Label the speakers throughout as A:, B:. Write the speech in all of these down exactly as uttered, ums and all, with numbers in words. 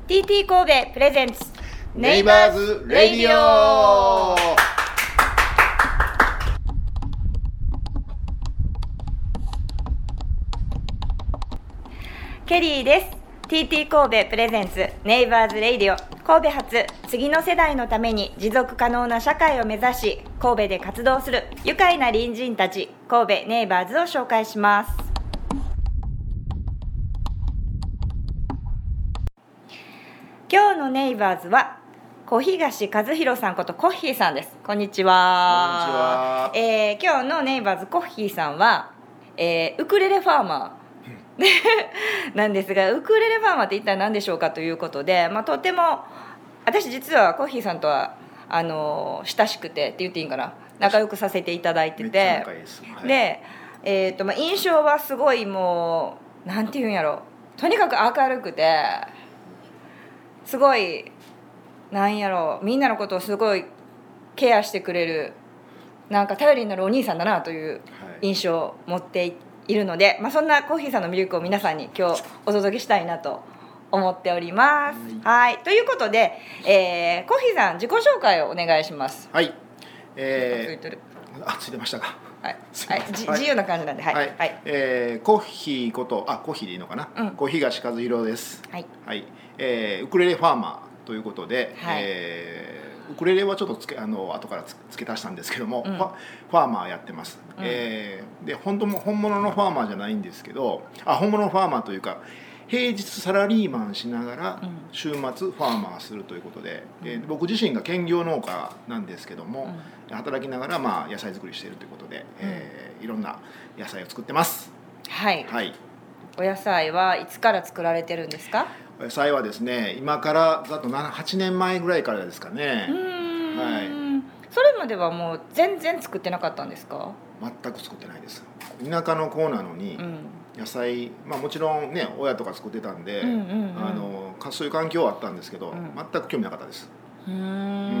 A: ティーティー 神戸プレゼンツ
B: ネイバーズレディオ。
A: ケリーです。 ティーティー 神戸プレゼンツネイバーズレディオ、神戸発次の世代のために持続可能な社会を目指し、神戸で活動する愉快な隣人たち、神戸ネイバーズを紹介します。今日のネイバーズは小東和弘さんことコッヒーさんです。こんにちは。
B: こんにちは。
A: えー、今日のネイバーズコッヒーさんは、えー、ウクレレファーマーなんですが、ウクレレファーマーって一体何でしょうかということで、まあ、とても私実はコッヒーさんとはあの親しくてって言っていいんかな、仲良くさせていただいてて、
B: めっちゃ仲いいです、はい、
A: で、えーとまあ、印象はすごいもうなんていうんやろ、とにかく明るくて、すごいなんやろ、みんなのことをすごいケアしてくれる、なんか頼りになるお兄さんだなという印象を持っているので、まあ、そんなコッヒーさんの魅力を皆さんに今日お届けしたいなと思っております。はい、はい、ということで、えー、コッヒーさん自己紹介をお願いします。
B: はい、えー、
A: ついてる、
B: あ、ついてましたか。
A: はい、はい、じ自由な感じなんで、はい、
B: はいはい、えー、コッヒーことあコッヒーでいいのかな、うん、小東和弘です。はい、はい、えー、ウクレレファーマーということで、はい、えー、ウクレレはちょっとつけあの後からつ付け足したんですけども、うん、ファ、ファーマーやってます。うん、えー、で本当も本物のファーマーじゃないんですけど、あ本物のファーマーというか平日サラリーマンしながら週末ファーマーするということで、うん、えー、僕自身が兼業農家なんですけども、うん、働きながらまあ野菜作りしているということで、うん、えー、いろんな野菜を作ってます。はい、はい、
A: お野菜はいつから作られてるんですか？
B: お野菜はですね、今からざっとはちねんまえぐらいからですかね。
A: うーん、はい、それまではもう全然作ってなかったんですか？
B: 全く作ってないです。田舎の子なのに、うん、野菜、まあ、もちろんね親とか作ってたんで、うんうんうん、あのそういう環境はあったんですけど、うん、全く興味なかったです。
A: うーん、うん、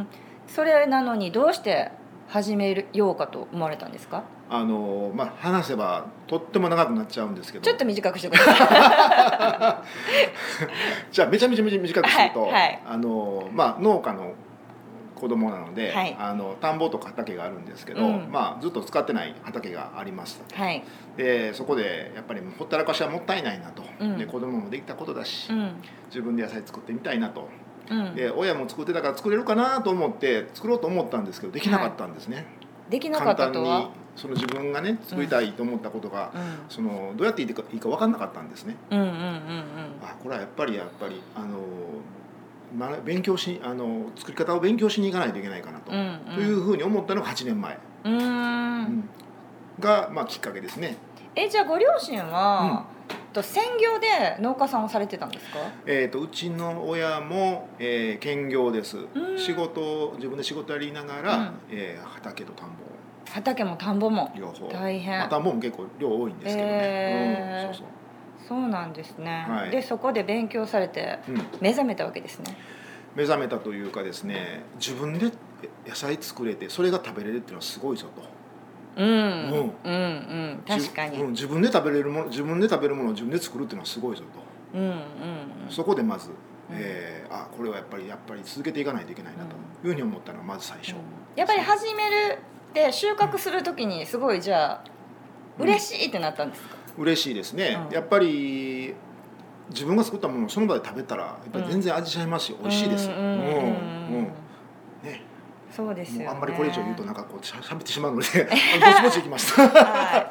A: それなのにどうして始めようかと思われたんですか？
B: あのまあ、話せばとっても長くなっちゃうんですけど、
A: ちょっと短くしてくださ
B: いじゃあめちゃめちゃ短くすると、
A: はいはい、
B: あのまあ、農家の子供なので、はい、あの田んぼとか畑があるんですけど、うん、まあ、ずっと使ってない畑があります、はい、でそこでやっぱりほったらかしはもったいないなと、うん、で子供もできたことだし、うん、自分で野菜作ってみたいなと、うん、で親も作ってたから作れるかなと思って作ろうと思ったんですけどできなかったんですね、はい、
A: できなかったとは
B: 簡単にその自分がね作りたいと思ったことが、うん、そのどうやっていいかいいか分かんなかったんですね、うんうんうんうん、あこれはやっぱりやっぱりあの勉強しあの作り方を勉強しに行かないといけないかなと、うんうん、というふうに思ったのがはちねんまえ、うーん、うん、が、まあ、きっかけですね。
A: えじゃあご両親は、うん、専業で農家さんをされてたんですか？
B: えー、とうちの親も、えー、兼業です。仕事自分で仕事やりながら、うん、えー、畑と田んぼ
A: 畑も田んぼも
B: 両方
A: 大変、
B: まあ、田んぼも結構量多いんですけどね、
A: えー、うん、
B: そうそう
A: そうなんですね、はい、でそこで勉強されて目覚めたわけですね、うん、
B: 目覚めたというかですね、自分で野菜作れてそれが食べれるっていうのはすごいぞと、
A: うんうんうんうん、確かに、
B: うん、自分で食べれるもの自分で食べるものを自分で作るっていうのはすごいぞと、うんうんうん、そこでまず、うん、えー、あこれはやっぱりやっぱり続けていかないといけないなというふうに思ったのがまず最初、うん、
A: やっぱり始めるで収穫するときにすごいじゃあ、うん、嬉しいってなったんですか？
B: 嬉しいですね、うん、やっぱり自分が作ったものをその場で食べたらやっぱり全然味ちゃいますし、うん、美味しいです。うんうんうんね、
A: そうですよね。
B: あんまりこれ以上言うとなんかこうしゃべってしまうのでぼちぼちいきます。はい。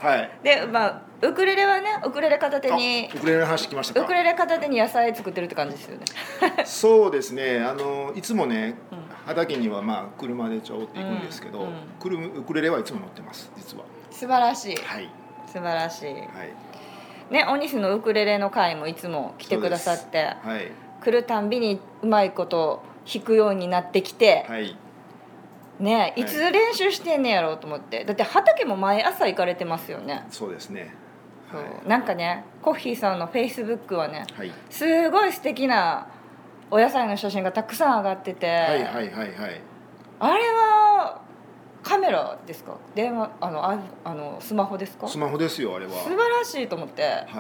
B: はい、
A: でまあウクレレはね、ウクレレ片手に
B: ウクレレの話聞きましたか？
A: ウクレレ片手に野菜作ってるって感じですよね。
B: そうですね。あのいつもね、うん、畑にはまあ車でちょうって行くんですけど、うんうん、ウクレレはいつも乗ってます実は。
A: 素晴らしい。
B: はい。
A: 素晴らしい。はい。ね、お西のウクレレの会もいつも来てくださって、はい、来るたんびにうまいこと弾くようになってきて、はい、ね、いつ練習してんねやろうと思って、だって畑も毎朝行かれてますよね。
B: そうですね、
A: はい、そうなんかね、コッヒーさんのフェイスブックはね、はい、すごい素敵なお野菜の写真がたくさん上がってて、はいはいはいはい、あれはカメラですか？電話あのああのスマホですか？
B: スマホですよあれは。
A: 素晴らしいと思って、はい、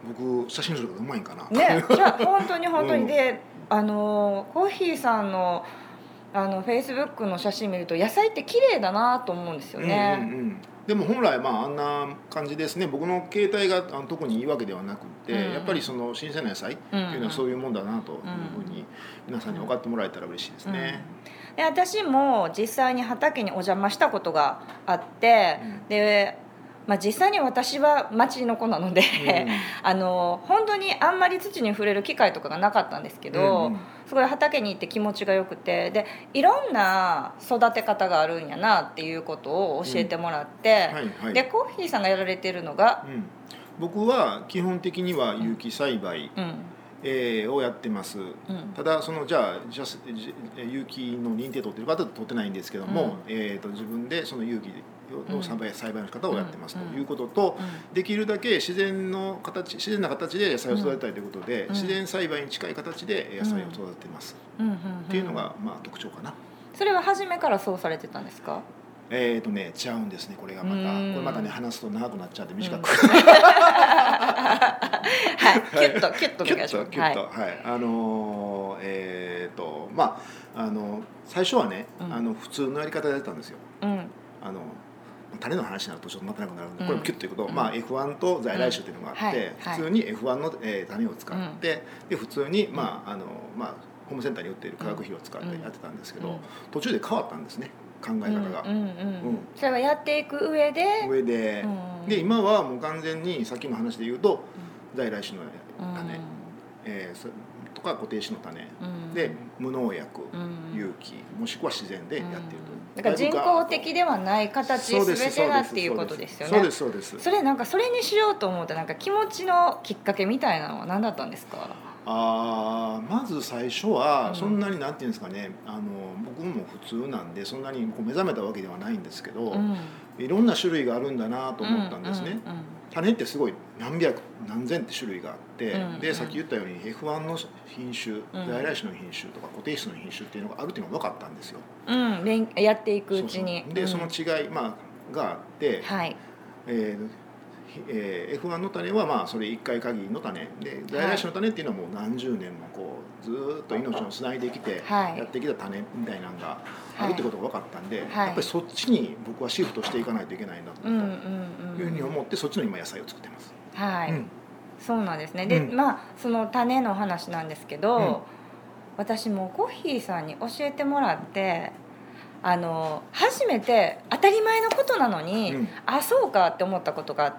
B: 僕写真撮ることうまいんかな
A: ね。じゃあ本当に本当に、うん、であのコーヒーさんのあのフェイスブックの写真見ると野菜って綺麗だなと思うんですよね、
B: うんうんうん、でも本来まああんな感じですね。僕の携帯があの特にいいわけではなくて、うん、やっぱりその新鮮な野菜っていうのはそういうもんだなというふうに皆さんに分かってもらえたら嬉しいですね、
A: うんうん、で私も実際に畑にお邪魔したことがあって、うん、でまあ、実際に私は町の子なので、うん、あの本当にあんまり土に触れる機会とかがなかったんですけど、うんうん、すごい畑に行って気持ちがよくて、でいろんな育て方があるんやなっていうことを教えてもらって、うんはいはい、でコーヒーさんがやられてるのが、
B: うん、僕は基本的には有機栽培、うんえー、をやってます、うん、ただそのじゃあじゃ有機の認定取ってる方と取ってないんですけども、うんえー、と自分でその有機の栽培、栽培の仕方をやってますということと、うん、できるだけ自然の形自然な形で野菜を育てたいということで、うん、自然栽培に近い形で野菜を育ててます、うん、っていうのがまあ特徴かな。
A: それは初めからそうされてたんですか？
B: えーとね、違うんですね。これがまたこれまたね話すと長くなっちゃって短く、
A: うん、はいキュッとキュッとお願いします。
B: キュッとはい、はい、あのー、えーとまああの最初はね、うん、あの普通のやり方でやったんですよ、うん、あの種の話になるとちょっとまたなくなるので、これもキュッということ、うんまあ、エフワン と在来種というのがあって、うんはいはい、普通に エフワン の、えー、種を使って、うん、で普通に、まああのまあ、ホームセンターに売っている化学肥料を使ってやってたんですけど、うん、途中で変わったんですね、考え方が、うんうんうんうん、
A: それはやっていく上で
B: 上で、うん、で今はもう完全にさっきの話で言うと、うん、在来種の種、うんえー、とか固定種の種、うん、で無農薬、うん、有機もしくは自然でやっていると、
A: だから人工的ではない形全てだっていうことですよね。
B: そうですそうです。
A: それなんかそれにしようと思ったなんか気持ちのきっかけみたいなのは何だったんですか？
B: あまず最初はそんなになんていうんですかね、あの僕も普通なんでそんなにこう目覚めたわけではないんですけど、うん、いろんな種類があるんだなと思ったんですね、うんうんうん、種ってすごい何百何千って種類があって、うんうん、でさっき言ったように エフワン の品種、うん、在来種の品種とか固定種の品種っていうのがあるっていうのが分かったんですよ、
A: うん、やっていくうちに
B: そうそうで、うん、その違い、まあ、があって、はいえーえー、エフワン の種はまあそれいっかい限りの種で、在来種の種っていうのはもう何十年もこうずっと命をつないできてやってきた種みたいなのがあるってことが分かったんで、はい、やっぱりそっちに僕はシフトしていかないといけないなというふうに思って、そっちの今野菜を作ってます。
A: はい、うん、そうなんですね。で、うん、まあその種の話なんですけど、うん、私もコッヒーさんに教えてもらってあの初めて当たり前のことなのに、うん、あそうかって思ったことがあって、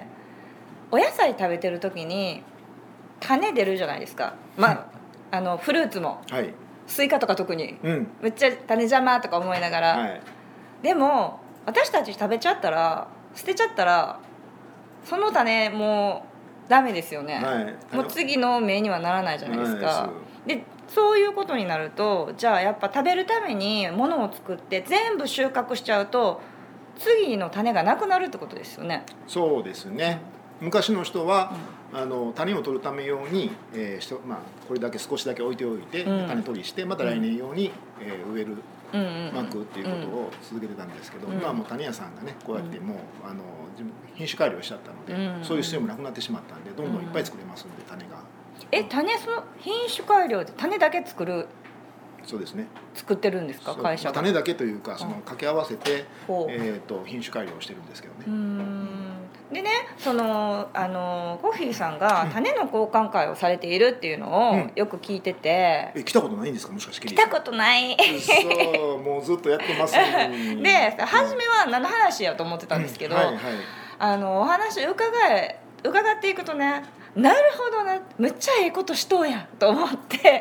A: うん、お野菜食べてる時に種出るじゃないですか、まあ、あのフルーツも、はい、スイカとか特に、うん、めっちゃ種邪魔とか思いながら、はい、でも私たち食べちゃったら捨てちゃったらその種もうダメですよね、はい、もう次の芽にはならないじゃないですか。でそういうことになるとじゃあやっぱ食べるためにものを作って全部収穫しちゃうと次の種がなくなるってことですよね。
B: そうですね。昔の人は、うん、あの種を取るため用に、えーまあ、これだけ少しだけ置いておいて、うん、種取りしてまた来年用に、えー、植える、うん、まくっていうことを続けてたんですけど、うん、今はもう種屋さんがねこうやってもう、うん、あの品種改良しちゃったので、うん、そういう必要もなくなってしまったんでどんどんいっぱい作れますんで種が。
A: え種その品種改良で種だけ作る
B: そうですね
A: 作ってるんですか会社が、
B: まあ、種だけというかその掛け合わせて、うんえー、と品種改良をしてるんですけどね。うーん
A: でねそのあのコッヒーさんが種の交換会をされているっていうのをよく聞いてて、
B: うん、え来たことないんですかもしかして。
A: 来たことない
B: そうもうずっとやってます
A: で初めは何の話やと思ってたんですけど、うんはいはい、あのお話伺え伺っていくとねなるほどなむっちゃええことしとうやんと思って。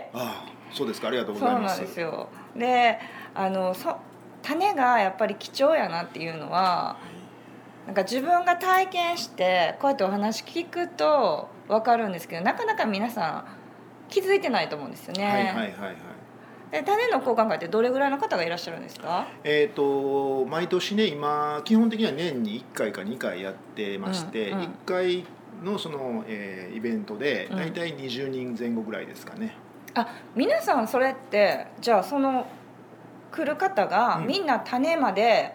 B: ああそうですかありがとうございます。
A: そうなんですよ。であのそ種がやっぱり貴重やなっていうのはなんか自分が体験してこうやってお話聞くと分かるんですけどなかなか皆さん気づいてないと思うんですよね。はいはいはいはい。で種の交換会ってどれぐらいの方がいらっしゃるんですか？
B: えーと毎年ね今基本的には年にいっかいかにかいやってまして、うんうん、いっかいのその、えー、イベントでだいたいにじゅうにんぜん後ぐらいですかね、
A: うん、あ皆さんそれってじゃあその来る方がみんな種まで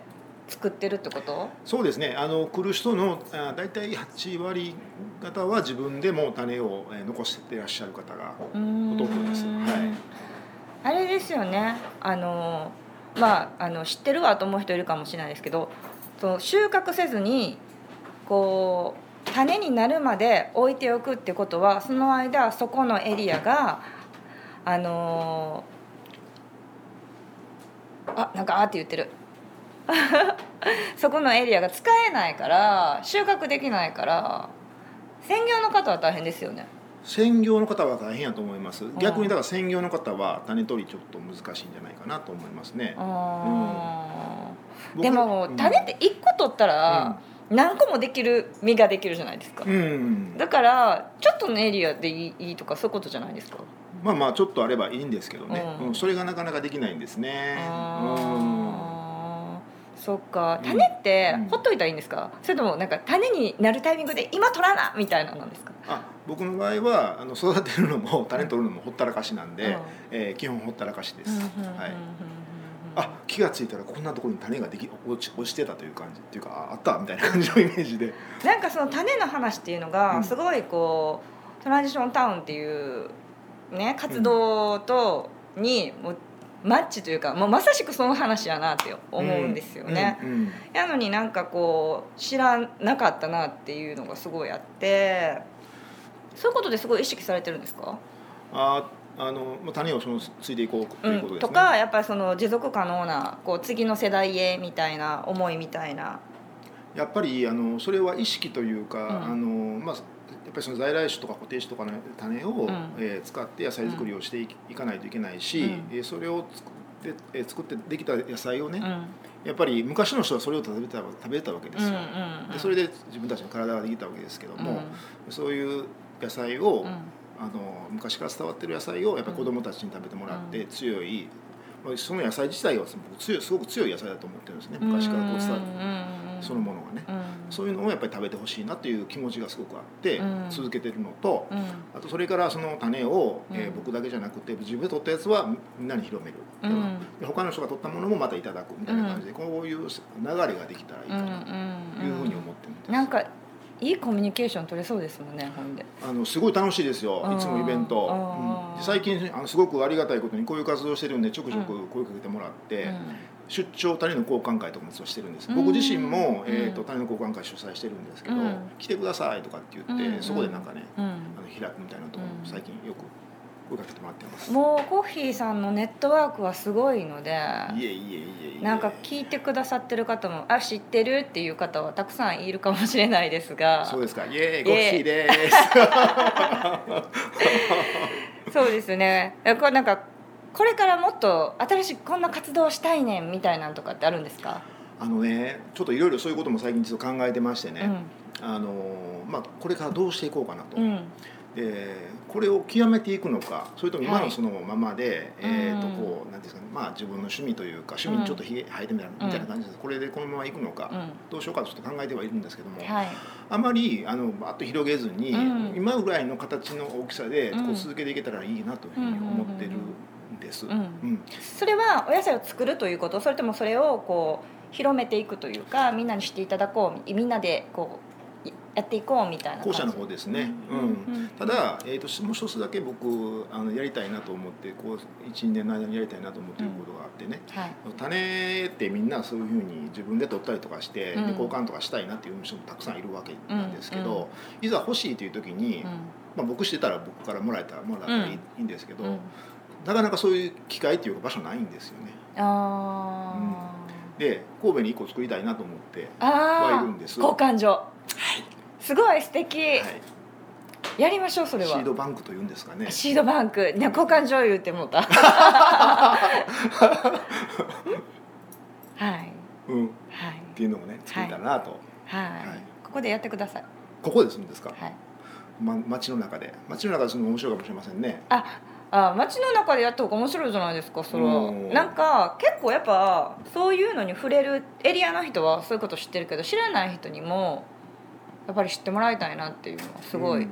A: 作ってるってこと？
B: そうですね。あの来る人のあだいたいはちわり方は自分でも種をえー残していらっしゃる方がほとんどです。はい。
A: あれですよね。あのまああの知ってるわと思う人いるかもしれないですけど、その収穫せずにこう種になるまで置いておくってことは、その間そこのエリアがあのあなんかあって言ってるそこのエリアが使えないから収穫できないから、専業の方は大変ですよね。
B: 専業の方は大変やと思います。逆にだから専業の方は種取りちょっと難しいんじゃないかなと思いますね。
A: うん、でも種っていっこ取ったら何個もできる実ができるじゃないですか、うん、だからちょっとのエリアでいいとかそういうことじゃないですか。
B: まあまあちょっとあればいいんですけどね、うん、それがなかなかできないんですね。
A: そっか。種ってほっといたらいいんですか、うん、それともなんか種になるタイミングで今取らなみたいななんですか？
B: あ、僕の場合はあの育てるのも種取るのもほったらかしなんで、うん、えー、基本ほったらかしです。はい。あ、気がついたらこんなところに種ができ落ち、落ちてたという感じっていうか、あったみたいな感じのイメージで
A: なんかその種の話っていうのがすごいこう、うん、トランジションタウンっていうね活動とにもうマッチというか、もうまさしくその話やなって思うんですよね、うんうんうん、やのになんかこう知らなかったなっていうのがすごいあって、そういうことですごい意識されてるんですか？
B: ああの種をそのついていこうということですね、
A: うん、とかやっぱりその持続可能なこう次の世代へみたいな思いみたいな。
B: やっぱりあのそれは意識というか、うん、あのまあやっぱりその在来種とか固定種とかの種を、うん、えー、使って野菜作りをしていかないといけないし、うん、それを作って、えー、作ってできた野菜をね、うん、やっぱり昔の人はそれを食べた食べたわけですよ、うんうんうん、でそれで自分たちの体ができたわけですけども、うん、そういう野菜を、うん、あの昔から伝わってる野菜をやっぱり子どもたちに食べてもらって強い、うん、その野菜自体は強いすごく強い野菜だと思ってるんですね、昔からこう伝わるそのものがね、うん、そういうのをやっぱり食べてほしいなという気持ちがすごくあって続けてるのと、うん、あとそれからその種を、えー、僕だけじゃなくて自分で取ったやつはみんなに広める、うん、で他の人が取ったものもまたいただくみたいな感じで、こういう流れができたらいいかなというふうに思ってるんです。
A: なんかいいコミュニケーション取れそうですもんね、ほんで。
B: あのすごい楽しいですよ、いつもイベント、うん、最近あのすごくありがたいことにこういう活動をしてるんでちょくちょく声かけてもらって、うん、出張種の交換会とかもしてるんです。僕自身も、えー、と種の交換会主催してるんですけど、うん、来てくださいとかって言って、うん、そこでなんかね、うん、あの開くみたいなところも最近よく声かけてもらってます。
A: もうコッヒーさんのネットワークはすごいので、
B: いえいえいえいえ、
A: なんか聞いてくださってる方もあ知ってるっていう方はたくさんいるかもしれないですが。
B: そうですか、イエーイコッヒーです
A: そうですね。これなんかこれからもっと新しくこんな活動したいねんみたいなのとかってあるんですか？
B: あのね、ちょっといろいろそういうことも最近ちょっと考えてましてね、うん、あのまあ、これからどうしていこうかなと、うん、でこれを極めていくのか、それとも今のそのままで、はい、えーとこうなんですかね、まあ、自分の趣味というか趣味にちょっとひげ生えてみたいな、みたいな感じで、これでこのままいくのか、うん、どうしようかとちょっと考えてはいるんですけども、はい、あまりあのバッと広げずに、うん、今ぐらいの形の大きさでこう続けていけたらいいなというふうに思ってるんです。
A: それはお野菜を作るということ、それともそれをこう広めていくというか、みんなに知っていただこう、みんなでこうやっていこうみたいな
B: 後者の方ですね、うんうん、ただ、えー、ともう一つだけ僕あのやりたいなと思って、こういち、にねんの間にやりたいなと思っていることがあってね、うんはい、種ってみんなそういうふうに自分で取ったりとかして、うん、で交換とかしたいなっていう人もたくさんいるわけなんですけど、うんうん、いざ欲しいという時に、うんまあ、僕してたら僕からもらえたらもらったらいい、うん、いいんですけど、うん、なかなかそういう機会っていうか場所ないんですよね。あ、うん、で神戸にいっこ作りたいなと思ってはいるんです。
A: 交換所、はい、すごい素敵、はい、やりましょう。それは
B: シードバンクというんですかね。
A: シードバンク、ね、交換所言ってもうたはい、
B: うん、はい、っていうのもね作りたいなと、
A: はいはいはい、ここでやってください。
B: ここでするんですか、はい、ま、街の中で街の中でするの面白いかもしれませんね。
A: ああ、街の中でやった方が面白いじゃないですか。それはなんか結構やっぱそういうのに触れるエリアの人はそういうこと知ってるけど、知らない人にもやっぱり知ってもらいたいなっていうのはすごい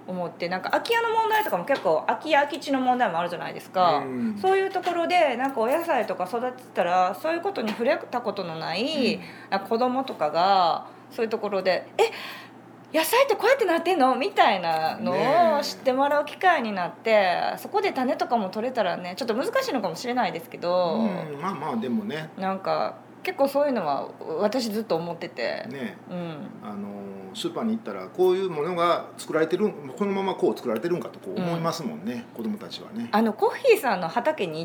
A: 思って、なんか空き家の問題とかも結構空き家空き地の問題もあるじゃないですか、うん、そういうところでなんかお野菜とか育てたらそういうことに触れたことのない、うん、なんか子供とかがそういうところでえ野菜ってこうやってなってんのみたいなのを知ってもらう機会になって、そこで種とかも取れたらねちょっと難しいのかもしれないですけど、
B: うん、まあまあでもね
A: なんか結構そういうのは私ずっと思ってて、
B: ね、
A: うん、
B: あのスーパーに行ったらこういうものが作られてるこのままこう作られてるんかとこう思いますもんね、うん、子供たちはね。
A: あのコッヒーさんの畑に行って、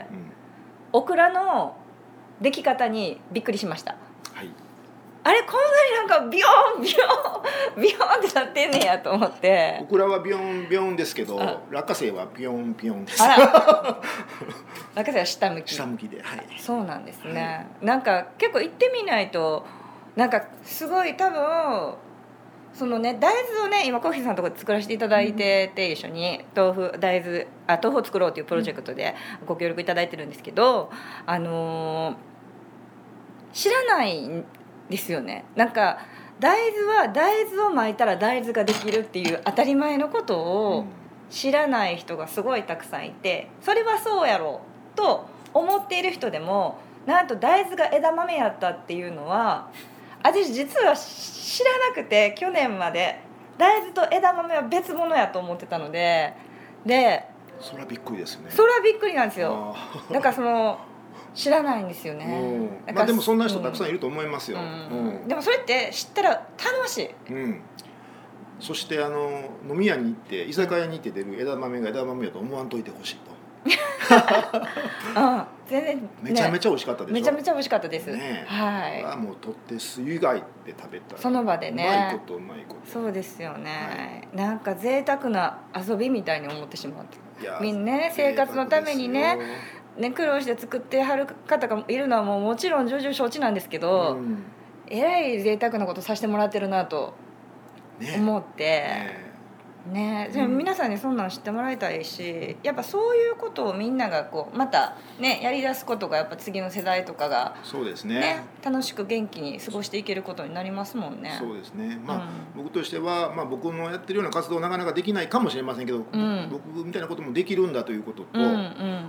A: うん、オクラの出来方にびっくりしました。
B: はい、
A: あれこんなになんかビヨーンビヨーンビヨーンってなってんねやと思って。
B: オクラはビヨーンビヨーンですけど、落花生はビヨーンビヨーンです。
A: あら落花生は下向き。
B: 下向きで、はい。
A: そうなんですね、はい、なんか結構行ってみないとなんかすごい多分そのね大豆をね今コッヒーさんのところで作らせていただいてて、うん、一緒に豆腐大豆あ豆腐を作ろうというプロジェクトでご協力いただいてるんですけど、あのー、知らないんですよね。なんか大豆は大豆をまいたら大豆ができるっていう当たり前のことを知らない人がすごいたくさんいて、それはそうやろうと思っている人でもなんと大豆が枝豆やったっていうのは私実は知らなくて、去年まで大豆と枝豆は別物やと思ってたので、で
B: それはびっくりですね。
A: それはびっくりなんですよ。だからその知らないんですよね、
B: うん、まあでもそんな人たくさんいると思いますよ、
A: うんうん、でもそれって知ったら楽しい、
B: うん、そしてあの飲み屋に行って居酒屋に行って出る枝豆が枝豆やと思わんといてほしいと
A: あ全然、ね、
B: めちゃめちゃ美味しかったでしょ。
A: めちゃめちゃ美味しかったです、
B: ね、
A: はい、
B: あもう取って水害で食べたら
A: その場でね
B: うまいことうまいこと
A: そうですよね、はい、なんか贅沢な遊びみたいに思ってしまって、みんなね生活のためにねね苦労して作ってはる方がいるのはもうもちろん重々承知なんですけど、うん、えらい贅沢なことさせてもらってるなと思って、ねねね、皆さんにそんなの知ってもらいたいし、やっぱそういうことをみんながこうまた、ね、やりだすことがやっぱ次の世代とかが、
B: そうですね、
A: ね、楽しく元気に過ごしていけることになりますもんね。
B: そうですね、まあうん、僕としては、まあ、僕のやってるような活動はなかなかできないかもしれませんけど、うん、僕みたいなこともできるんだということと、うんうん、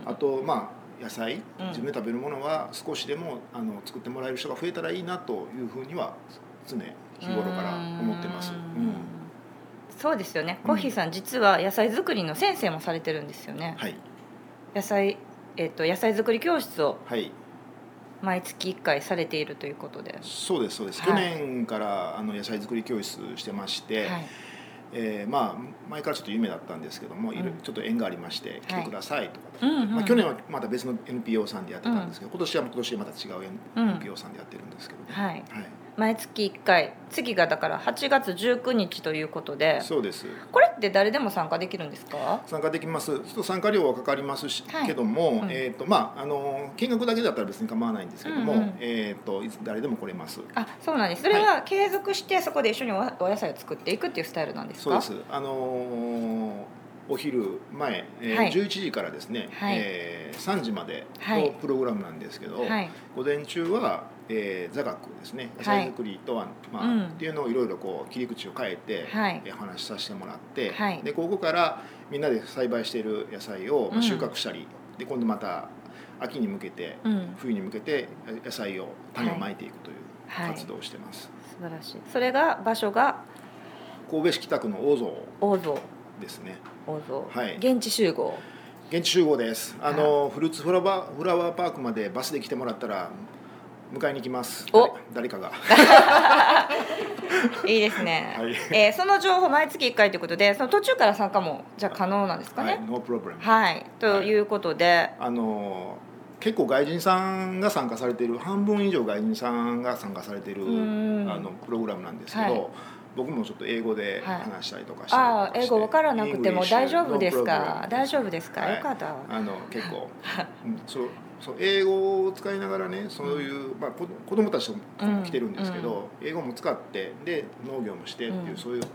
B: あとまあ野菜、自分で食べるものは少しでもあの作ってもらえる人が増えたらいいなというふうには常日頃から思ってます。うんうん
A: そうですよね。コッヒーさん、実は野菜作りの先生もされてるんですよね。
B: はい。
A: 野菜、えっと野菜作り教室を
B: はい
A: 毎月いっかいされているということで。
B: そうですそうです。はい、去年からあの野菜作り教室してまして。はいえー、まあ前からちょっと夢だったんですけども、うん、ちょっと縁がありまして来てくださいとか、はいまあ、去年はまた別の エヌピーオー さんでやってたんですけど、うん、今年は今年はまた違う エヌピーオー さんでやってるんですけど、ね
A: うんはいはい、毎月いっかい、次がだからはちがつじゅうくにちということで。
B: そうです。
A: これって誰でも参加できるんですか？
B: 参加できます。ちょっと参加料はかかりますし、はい、けども、うん、えーとまあ、あの見学だけだったら別に構わないんですけども、うんうんえー、といつ誰でも来れます。
A: あ、そうなんです。それは継続してそこで一緒にお野菜を作っていくっていうスタイルなんですか？
B: そうです。あのお昼前、えーはい、じゅういちじからですね、はいえー、さんじまでのプログラムなんですけど、はい、午前中は、えー、座学ですね、野菜作りとは、まあうん、っていうのをいろいろこう切り口を変えて、はいえー、話しさせてもらって、はい、でここからみんなで栽培している野菜を、まあ、収穫したり、うん、で今度また秋に向けて、うん、冬に向けて野菜を種をまいていくという活動をしてます。
A: はいはい、素晴らしい。それが場所が
B: 神戸市北区の大蔵
A: 大蔵
B: ですね。
A: 大蔵、はい、現地集合
B: 現地集合です。あのフルーツフラワーフラワーパークまでバスで来てもらったら迎えに行きます。お誰かが
A: いいですね、はいえー、その情報毎月いっかいということで、その途中から参加もじゃあ可能なんですかね。はい、
B: ノープロブレム。
A: はい、ということで、はい、
B: あの結構外人さんが参加されている、半分以上外人さんが参加されているあのプログラムなんですけど、はい僕もちょっと英語で話したりとかして、はい、あ
A: あ英語分からなくても大丈夫ですか？大丈夫ですか、はい、よかった。
B: あの結構、うん、そうそう英語を使いながらね、そういう、まあ、子供たちも来てるんですけど、うんうん、英語も使ってで農業もしてっていう、うん、そういう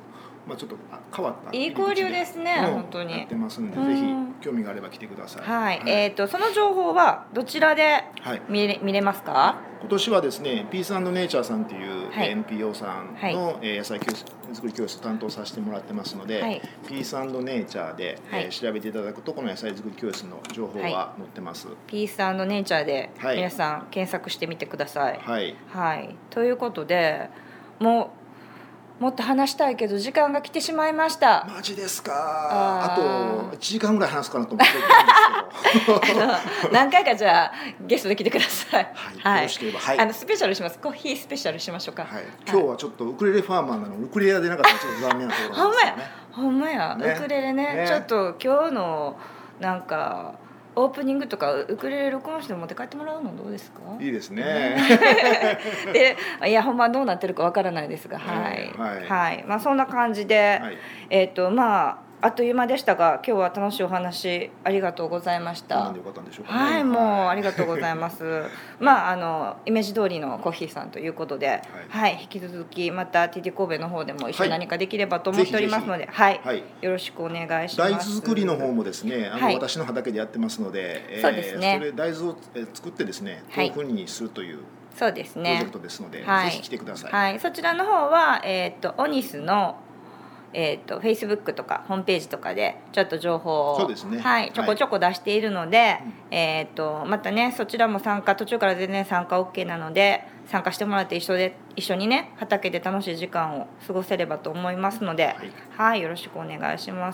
B: まあ、ちょっと変わった
A: いい交流ですね、うん、本当に
B: やってますんで、ぜひ興味があれば来てください。
A: はい、はい、えーと、その情報はどちらで見れ、はい、見れますか？
B: 今年はですね、ピース&ネイチャーさんという エヌピーオー さんの、はい、野菜作り教室を担当させてもらってますので、はい、ピース&ネイチャーで、はい、えー、調べていただくとこの野菜作り教室の情報は載ってます。はい、
A: ピース&ネイチャーで皆さん検索してみてください。はい、はい、ということで、もうもっと話したいけど時間が来てしまいました。
B: マジですか。 あ, あといちじかんぐらい話すかなと思ってたんですけど
A: 何回かじゃあゲストで来てください。
B: はい、よろしければ、はい、
A: あのスペシャルします。コーヒースペシャルしましょうか。
B: はい、今日はちょっとウクレレファーマーなのウクレレが出なかったらちょっと残念なところなんですよね。
A: ほんまや、ほんまや、ね、ウクレレ ね, ねちょっと今日のなんかオープニングとかウクレレ録音して持って帰ってもらうのどうですか？
B: いいですね。
A: で、いや本番どうなってるかわからないですが、はい、はいはい、まあそんな感じで、はい、えっとまああっという間でしたが、今日は楽しいお話ありがとうございました。
B: なんでよかったんでしょうかね。
A: はい、もうありがとうございます。まああのイメージ通りのコーヒーさんということで、はい、はい、引き続きまた ティーティー 神戸の方でも一緒に何かできればと思っておりますので、はい、はい、よろしくお願いします。
B: 大豆作りの方もですね、あの、はい、私の畑でやってますので、えー、そうですね。それ大豆を作ってですね、豆腐にするという、はい、
A: そうですね、
B: プロジェクトですので、
A: はい、
B: ぜひ来てください。
A: はい、そちらの方はえっとオニスのえー、と Facebook とかホームページとかでちょっと情報を、
B: そうですね、
A: はい、ちょこちょこ出しているので、はい、えー、とまたねそちらも参加途中から全然参加 OK なので参加してもらって一緒で一緒にね畑で楽しい時間を過ごせればと思いますので、はい、はい、よろしくお願いします。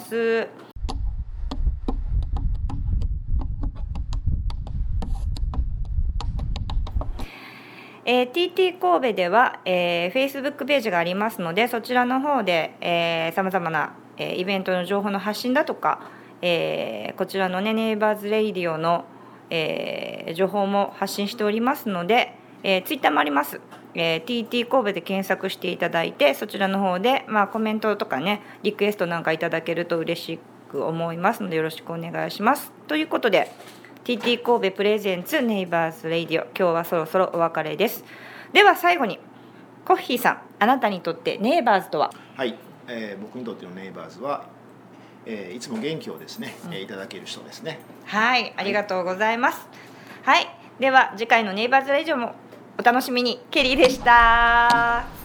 A: えー、ティーティー 神戸では、えー、Facebook ページがありますので、そちらの方でさまざまな、えー、イベントの情報の発信だとか、えー、こちらのねネイバーズレイディオの、えー、情報も発信しておりますので、えー、Twitter もあります、えー、ティーティー 神戸で検索していただいて、そちらの方で、まあ、コメントとかねリクエストなんかいただけると嬉しく思いますのでよろしくお願いします。ということでティーティー 神戸プレゼンツネイバーズレイディオ、今日はそろそろお別れです。では最後にコッヒーさん、あなたにとってネイバーズとは？
B: はい、えー、僕にとってのネイバーズは、えー、いつも元気をですね、うん、いただける人ですね。
A: はい、ありがとうございます。はい、はい、では次回のネイバーズレイディオもお楽しみに。ケリーでした。